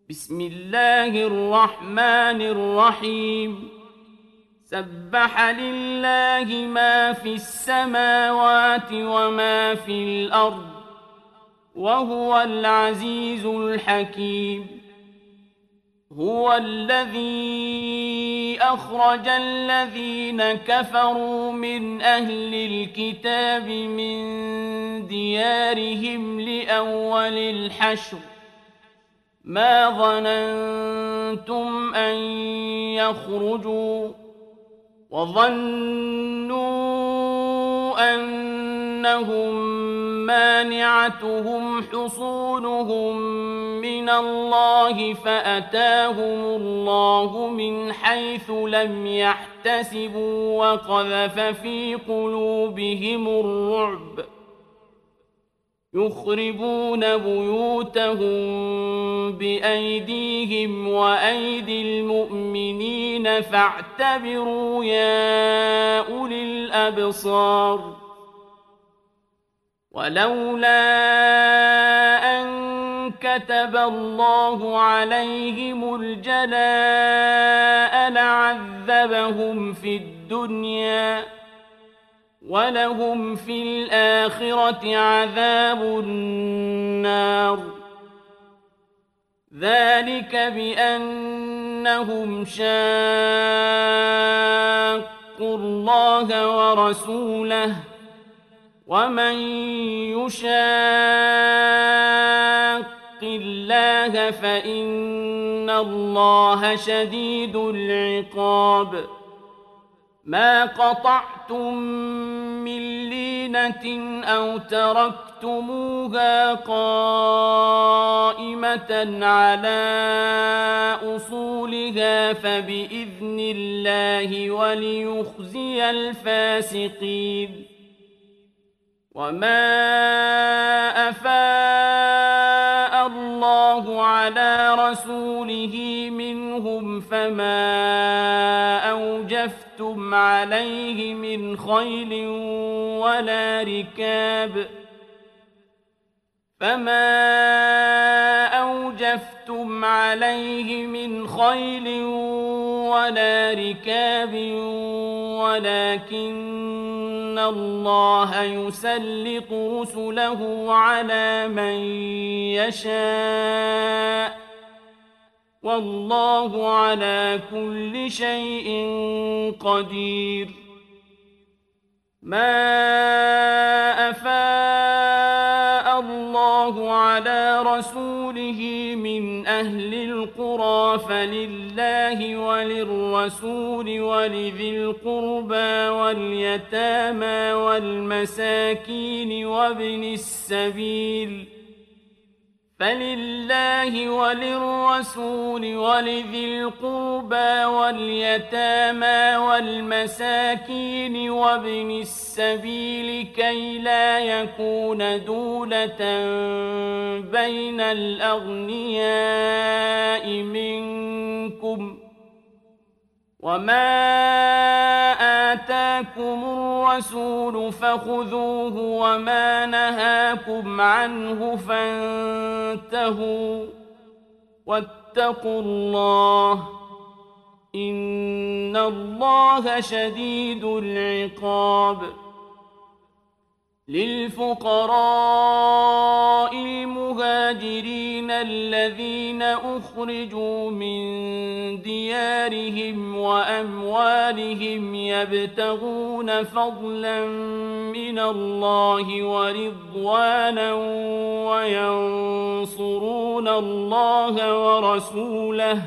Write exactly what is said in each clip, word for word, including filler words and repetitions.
بسم الله الرحمن الرحيم سبح لله ما في السماوات وما في الأرض وهو العزيز الحكيم هو الذي أخرج الذين كفروا من أهل الكتاب من ديارهم لأول الحشر ما ظننتم أن يخرجوا وظنوا أنهم مانعتهم حصونهم من الله فأتاهم الله من حيث لم يحتسبوا وقذف في قلوبهم الرعب يخربون بيوتهم بأيديهم وأيدي المؤمنين فاعتبروا يا أولي الأبصار ولولا أن كتب الله عليهم الجلاء لعذبهم في الدنيا ولهم في الآخرة عذاب النار ذلك بأنهم شاقوا الله ورسوله ومن يشاق الله فإن الله شديد العقاب ما قطعتم من لينة أو تركتموها قائمة على أصولها فبإذن الله وليخزي الفاسقين وما أفاء الله على رسوله منهم فما أوجفتم عليه من خيل ولا ركاب فما أوجفتم عليه من خيل ولا ركاب ولكن الله يسلط رسله على من يشاء والله على كل شيء قدير ما أفاء الله على رسوله من أهل القرى فلله وللرسول ولذي القربى واليتامى والمساكين وابن السبيل فلله وللرسول ولذي القربى واليتامى والمساكين وابن السبيل كي لا يكون دولة بين الأغنياء منكم وما آتاكم الرسول فخذوه وما نهاكم عنه فانتهوا واتقوا الله إن الله شديد العقاب للفقراء المهاجرين الذين أخرجوا من ديارهم وأموالهم يبتغون فضلا من الله ورضوانا وينصرون الله ورسوله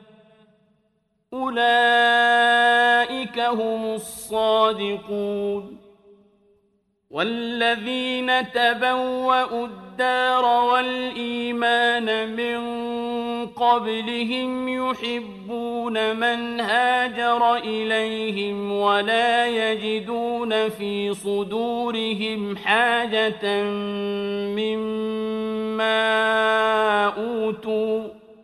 أولئك هم الصادقون والذين تبوأوا الدار والإيمان من قبلهم يحبون من هاجر إليهم ولا يجدون في صدورهم حاجة مما أوتوا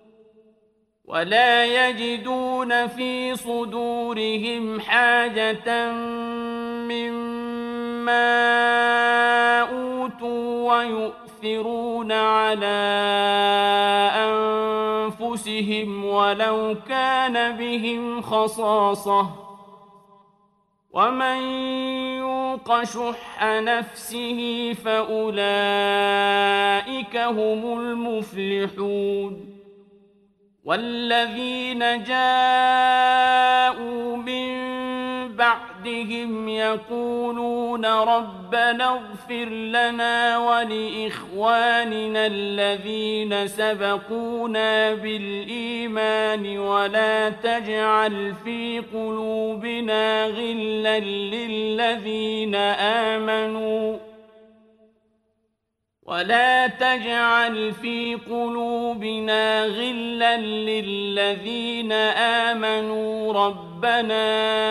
ولا يجدون في صدورهم حاجة مما أوتوا ويؤثرون يؤثرون على أنفسهم ولو كان بهم خصاصة ومن يوق شح نفسه فأولئك هم المفلحون والذين جاءوا من بعدهم يقولون ربنا اغفر لنا ولإخواننا الذين سبقونا بالإيمان ولا تجعل في قلوبنا غلا للذين آمنوا ولا تجعل في قلوبنا غلا للذين آمنوا ربنا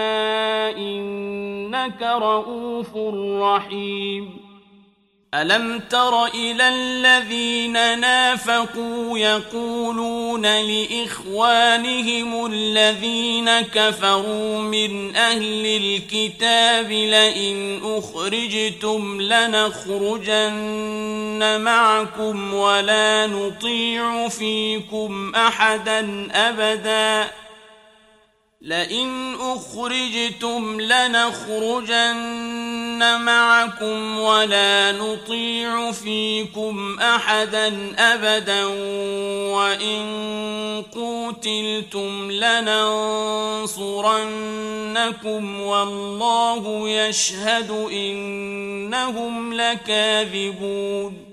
إنك رؤوف رحيم ألم تر إلى الذين نافقوا يقولون لإخوانهم الذين كفروا من أهل الكتاب لئن أخرجتم لنخرجن معكم ولا نطيع فيكم أحدا أبدا لئن أخرجتم لنخرجن معكم ولا نطيع فيكم أحدا أبدا وإن قوتلتم لننصرنكم والله يشهد إنهم لكاذبون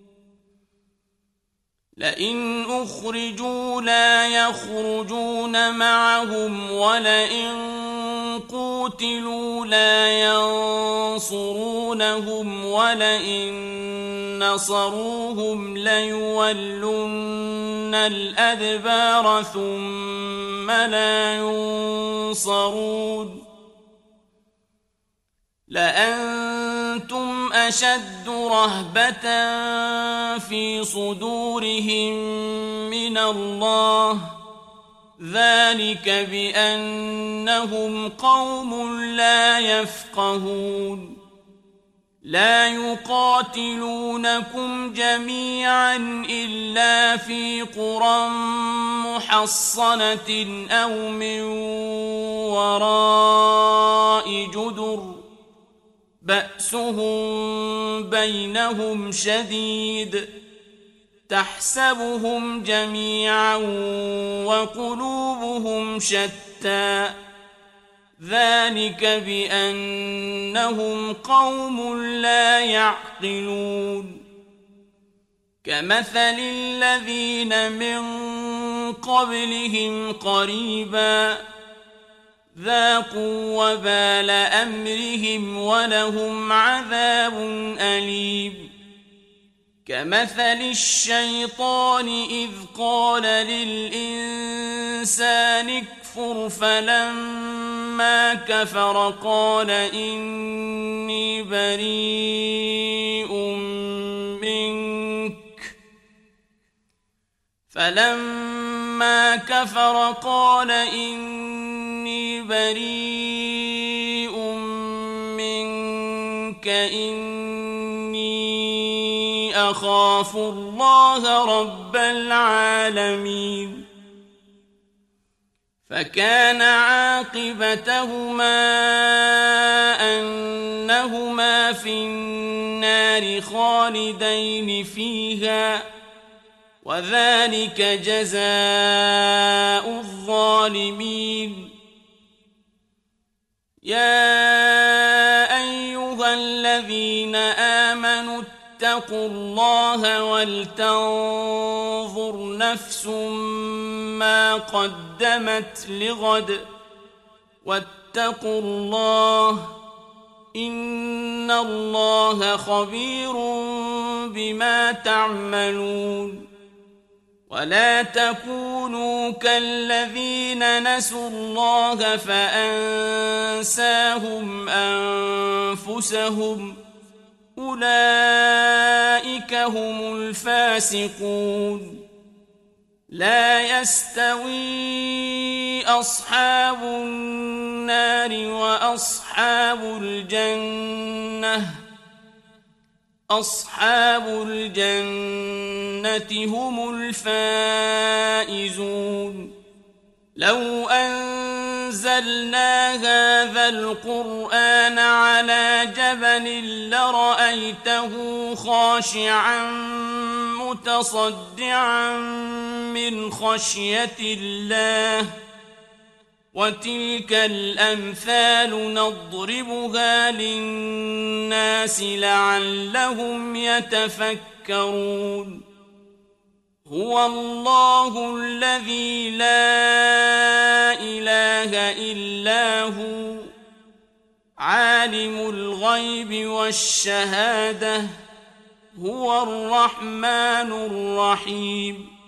لئن أخرجوا لا يخرجون معهم ولئن قوتلوا لا ينصرونهم ولئن نصروهم ليولن الأدبار ثم لا ينصرون لأنتم أشد رهبة في صدورهم من الله ذلك بأنهم قوم لا يفقهون لا يقاتلونكم جميعا إلا في قرى محصنة أو من وراء جدر بأسهم بينهم شديد تحسبهم جميعا وقلوبهم شتى ذلك بأنهم قوم لا يعقلون كمثل الذين من قبلهم قريبا ذاقوا وبال أمرهم ولهم عذاب أليم كمثل الشيطان إذ قال للإنسان اكفر فلما كفر قال إني بريء منك فلما كفر قال إني بريء منك إني أخاف الله رب العالمين فكان عاقبتهما أنهما في النار خالدين فيها وذلك جزاء الظالمين يا أيها الذين آمنوا اتقوا الله ولتنظر نفس ما قدمت لغد واتقوا الله إن الله خبير بما تعملون ولا تكونوا كالذين نسوا الله فأنساهم أنفسهم أولئك هم الفاسقون لا يستوي أصحاب النار وأصحاب الجنة أصحاب الجنة هم الفائزون لو أنزلنا هذا القرآن على جبل لرأيته خاشعا متصدعا من خشية الله وتلك الأمثال نضربها للناس لعلهم يتفكرون هو الله الذي لا إله إلا هو عالم الغيب والشهادة هو الرحمن الرحيم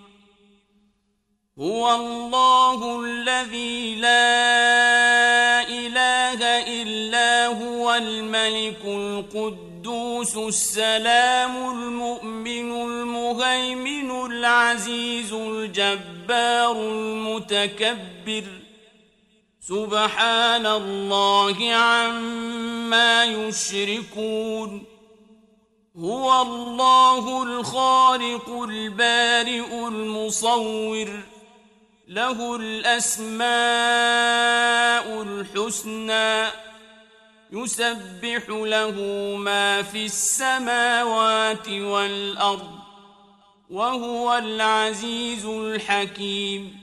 هو الله الذي لا إله إلا هو الملك القدوس السلام المؤمن المهيمن العزيز الجبار المتكبر سبحان الله عما يشركون هو الله الخالق البارئ المصور له الأسماء الحسنى يسبح له ما في السماوات والأرض وهو العزيز الحكيم